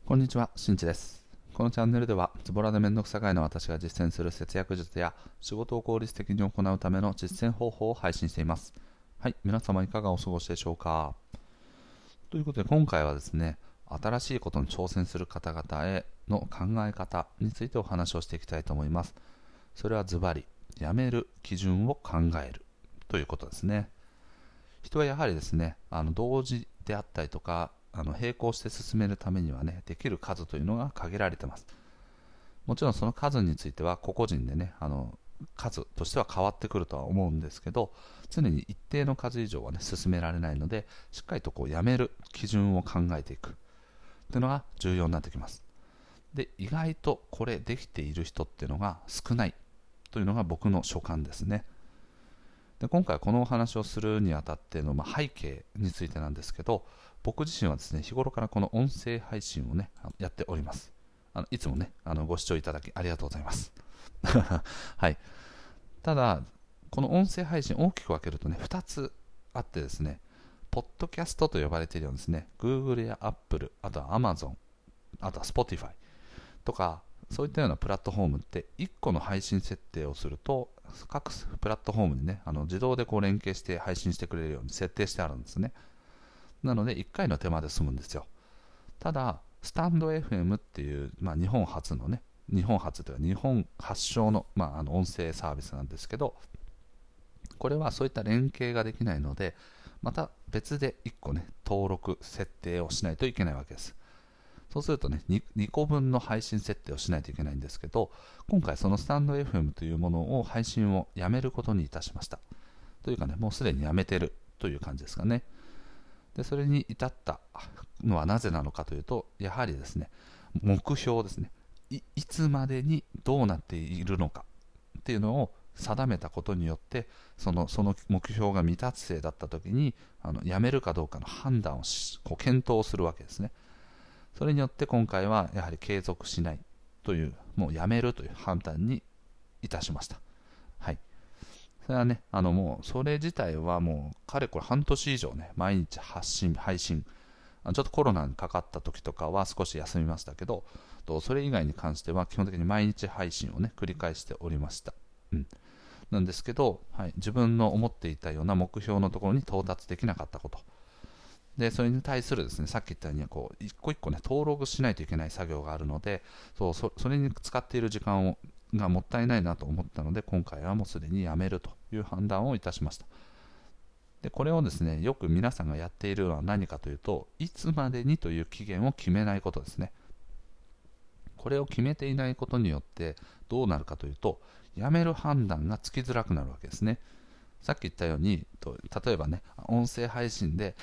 こんにちは、しんちです。このチャンネルでは、ズボラでめんどくさがいの私が実践する節約術や仕事を効率的に行うための実践方法を配信しています。はい、皆様いかがお過ごしでしょうか。ということで、今回はですね、新しいことに挑戦する方々への考え方についてお話をしていきたいと思います。それはズバリ、やめる基準を考えるということですね。人はやはりですね、同時であったりとか、並行して進めるためにはね、できる数というのが限られています。もちろんその数については個々人でね、数としては変わってくるとは思うんですけど、常に一定の数以上はね、進められないので、しっかりとやめる基準を考えていくというのが重要になってきます。で、意外とこれできている人っていうのが少ないというのが僕の所感ですね。で、今回このお話をするにあたっての、背景についてなんですけど、僕自身はですね、日頃からこの音声配信をね、やっております。いつもね、ご視聴いただきありがとうございます。はい。ただ、この音声配信大きく分けるとね、2つあってですね、ポッドキャストと呼ばれているようにですね、Google や Apple、あとは Amazon、あとは Spotify とか、そういったようなプラットフォームって1個の配信設定をすると、各プラットフォームにね、自動で連携して配信してくれるように設定してあるんですね。なので1回の手間で済むんですよ。ただ、スタンド FM っていう、日本初のね、日本初というか日本発祥の、音声サービスなんですけど、これはそういった連携ができないので、また別で1個ね、登録、設定をしないといけないわけです。そうするとね、2個分の配信設定をしないといけないんですけど、今回そのスタンド FM というものを配信をやめることにいたしました。というかね、もうすでにやめてるという感じですかね。で、それに至ったのはなぜなのかというと、やはりですね、目標ですね。いつまでにどうなっているのかっていうのを定めたことによって、その目標が未達成だった時にやめるかどうかの判断を検討するわけですね。それによって今回はやはり継続しないという、もうやめるという判断にいたしました。はい。それはね、もうそれ自体はもうかれこれ半年以上ね、毎日配信、ちょっとコロナにかかった時とかは少し休みましたけど、それ以外に関しては基本的に毎日配信をね、繰り返しておりました。うん。なんですけど、はい、自分の思っていたような目標のところに到達できなかったこと。で、それに対するですね、さっき言ったように、一個一個ね、登録しないといけない作業があるので、それに使っている時間がもったいないなと思ったので、今回はもうすでにやめるという判断をいたしました。で、これをですね、よく皆さんがやっているのは何かというと、いつまでにという期限を決めないことですね。これを決めていないことによってどうなるかというと、やめる判断がつきづらくなるわけですね。さっき言ったように、例えばね、音声配信で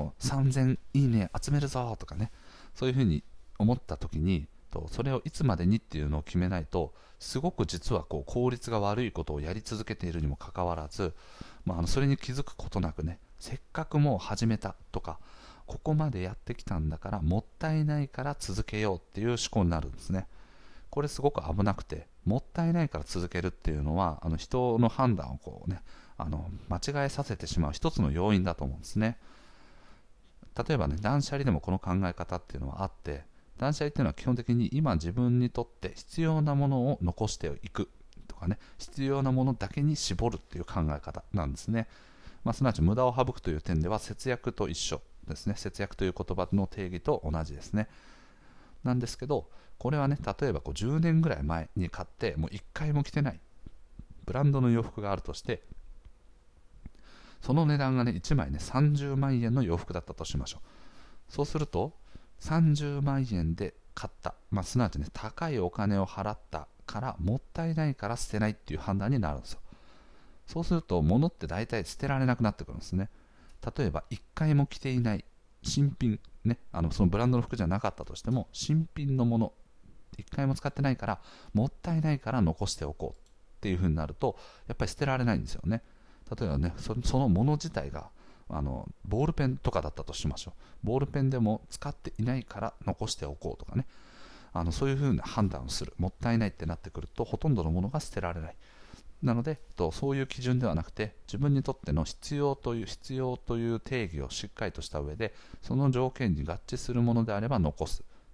3000いいね集めるぞとかね、そういうふうに思った時に、それをいつまでにっていうのを決めないと、すごく実は効率が悪いことをやり続けているにもかかわらず、それに気づくことなくね、せっかくもう始めたとか、ここまでやってきたんだからもったいないから続けようっていう思考になるんですね。これすごく危なくて、もったいないから続けるっていうのは人の判断を間違えさせてしまう一つの要因だと思うんですね。例えばね、断捨離でもこの考え方っていうのはあって、断捨離っていうのは基本的に今自分にとって必要なものを残していくとかね、必要なものだけに絞るっていう考え方なんですね。すなわち無駄を省くという点では節約と一緒ですね。節約という言葉の定義と同じですね。なんですけど、これはね、例えば10年ぐらい前に買ってもう1回も着てないブランドの洋服があるとして、その値段がね、1枚ね、30万円の洋服だったとしましょう。そうすると、30万円で買った、すなわちね、高いお金を払ったから、もったいないから捨てないっていう判断になるんですよ。そうすると、物って大体捨てられなくなってくるんですね。例えば、1回も着ていない新品、ね、そのブランドの服じゃなかったとしても、新品のもの、1回も使ってないから、もったいないから残しておこうっていう風になると、やっぱり捨てられないんですよね。例えばね、そのもの自体がボールペンとかだったとしましょう。ボールペンでも使っていないから残しておこうとかね、そういうふうな判断をする。もったいないってなってくると、ほとんどのものが捨てられない。なので、そういう基準ではなくて、自分にとっての必要という定義をしっかりとした上で、その条件に合致するものであれば残す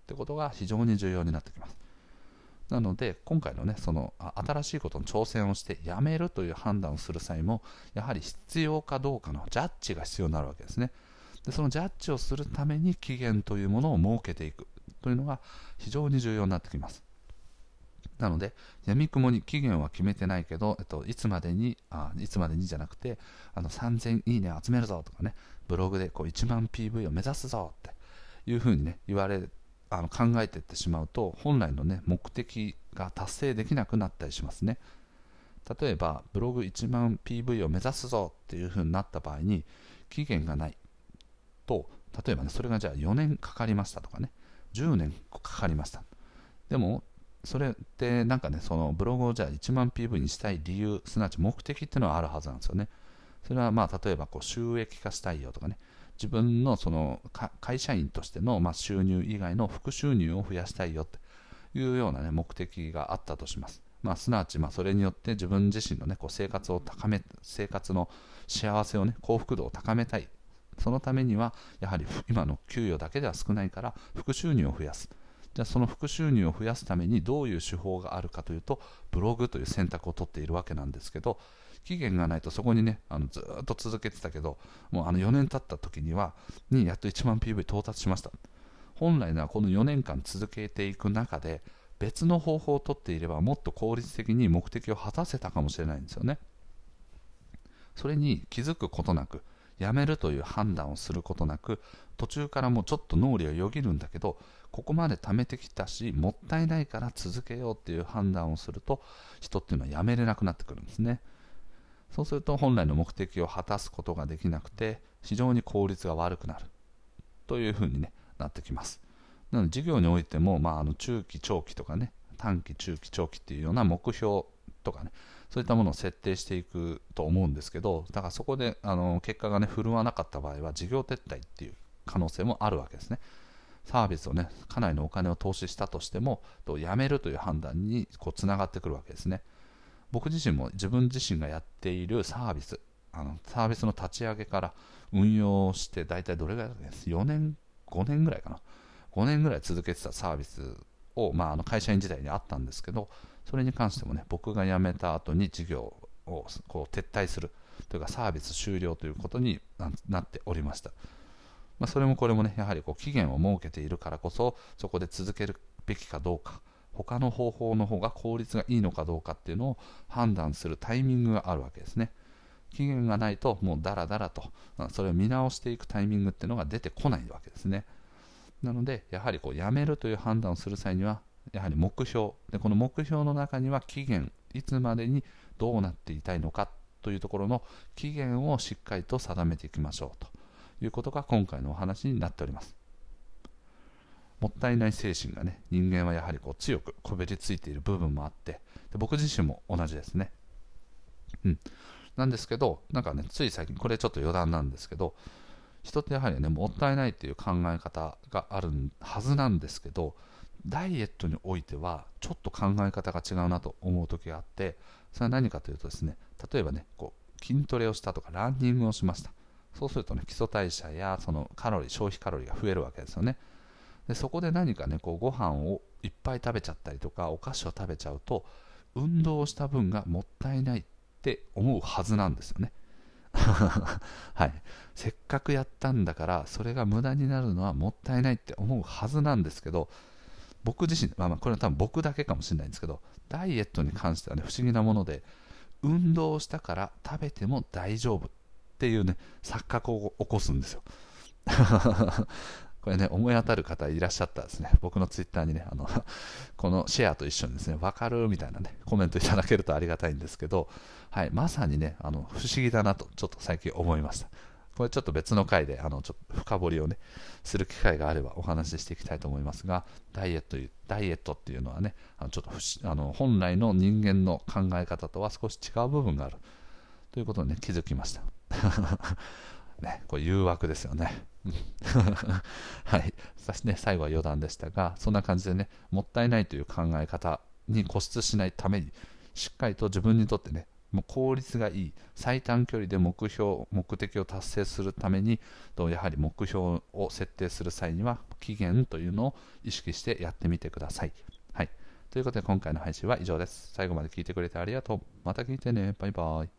ってことが非常に重要になってきます。なので今回のね、その新しいことに挑戦をしてやめるという判断をする際も、やはり必要かどうかのジャッジが必要になるわけですね。でそのジャッジをするために期限というものを設けていくというのが非常に重要になってきます。なので闇雲に期限は決めてないけど、いつまでにじゃなくて3000いいねを集めるぞとかね、ブログで1万 PV を目指すぞっていうふうにね考えていってしまうと、本来のね目的が達成できなくなったりしますね。例えばブログ1万 PV を目指すぞっていうふうになった場合に期限がないと、例えばねそれがじゃあ4年かかりましたとかね、10年かかりました。でもそれってなんかね、そのブログをじゃあ1万 PV にしたい理由、すなわち目的っていうのはあるはずなんですよね。それは例えば収益化したいよとかね、自分のその会社員としての収入以外の副収入を増やしたいよというような、ね、目的があったとします。すなわちそれによって自分自身の、ね、生活の幸せを、ね、幸福度を高めたい。そのためにはやはり今の給与だけでは少ないから副収入を増やす。じゃあその副収入を増やすためにどういう手法があるかというと、ブログという選択を取っているわけなんですけど、期限がないとそこにねずっと続けてたけど、もう4年経った時にやっと1万 PV 到達しました。本来ならこの4年間続けていく中で別の方法を取っていればもっと効率的に目的を果たせたかもしれないんですよね。それに気づくことなく、やめるという判断をすることなく、途中からもうちょっと脳裏をよぎるんだけど、ここまで貯めてきたしもったいないから続けようっていう判断をすると、人っていうのはやめれなくなってくるんですね。そうすると本来の目的を果たすことができなくて、非常に効率が悪くなるというふうに、なってきます。なので事業においても、中期長期とかね、短期中期長期っていうような目標とかね、そういったものを設定していくと思うんですけど、だからそこで結果がね振るわなかった場合は事業撤退っていう可能性もあるわけですね。サービスをねかなりのお金を投資したとしてもやめるという判断につながってくるわけですね。僕自身も自分自身がやっているサービスの立ち上げから運用してだいたいどれぐらいです、4年5年ぐらいかな、5年ぐらい続けてたサービスを、会社員時代にあったんですけど、それに関してもね僕が辞めた後に事業を撤退するというかサービス終了ということになっておりました。それもこれもねやはり期限を設けているからこそ、そこで続けるべきかどうか、他の方法の方が効率がいいのかどうかっていうのを判断するタイミングがあるわけですね。期限がないともうダラダラとそれを見直していくタイミングっていうのが出てこないわけですね。なのでやはりやめるという判断をする際にはやはり目標で、この目標の中には期限、いつまでにどうなっていたいのかというところの期限をしっかりと定めていきましょうということが今回のお話になっております。もったいない精神がね、人間はやはり強くこびりついている部分もあって、で僕自身も同じですね。なんですけど、つい最近、これちょっと余談なんですけど、人ってやはりねもったいないっていう考え方があるはずなんですけど、ダイエットにおいてはちょっと考え方が違うなと思う時があって、それは何かというとですね、例えばね筋トレをしたとかランニングをしました。そうするとね基礎代謝やその消費カロリーが増えるわけですよね。でそこで何かねご飯をいっぱい食べちゃったりとかお菓子を食べちゃうと、運動した分がもったいないって思うはずなんですよね。はい、せっかくやったんだからそれが無駄になるのはもったいないって思うはずなんですけど、僕自身、これは多分僕だけかもしれないんですけど、ダイエットに関してはね不思議なもので、運動したから食べても大丈夫っていうね錯覚を起こすんですよ。これね思い当たる方いらっしゃったらですね、僕のツイッターにねこのシェアと一緒にですね、分かるみたいなねコメントいただけるとありがたいんですけど、はい、まさにね不思議だなとちょっと最近思いました。これちょっと別の回でちょっと深掘りをねする機会があればお話ししていきたいと思いますが、ダイエットっていうのはねちょっと本来の人間の考え方とは少し違う部分があるということに、ね、気づきました。ね、これ誘惑ですよね。はい、そしてね最後は余談でしたが、そんな感じでねもったいないという考え方に固執しないためにしっかりと自分にとってねもう効率がいい最短距離で目的を達成するためにやはり目標を設定する際には期限というのを意識してやってみてください。はい、ということで今回の配信は以上です。最後まで聞いてくれてありがとう。また聞いてね。バイバイ。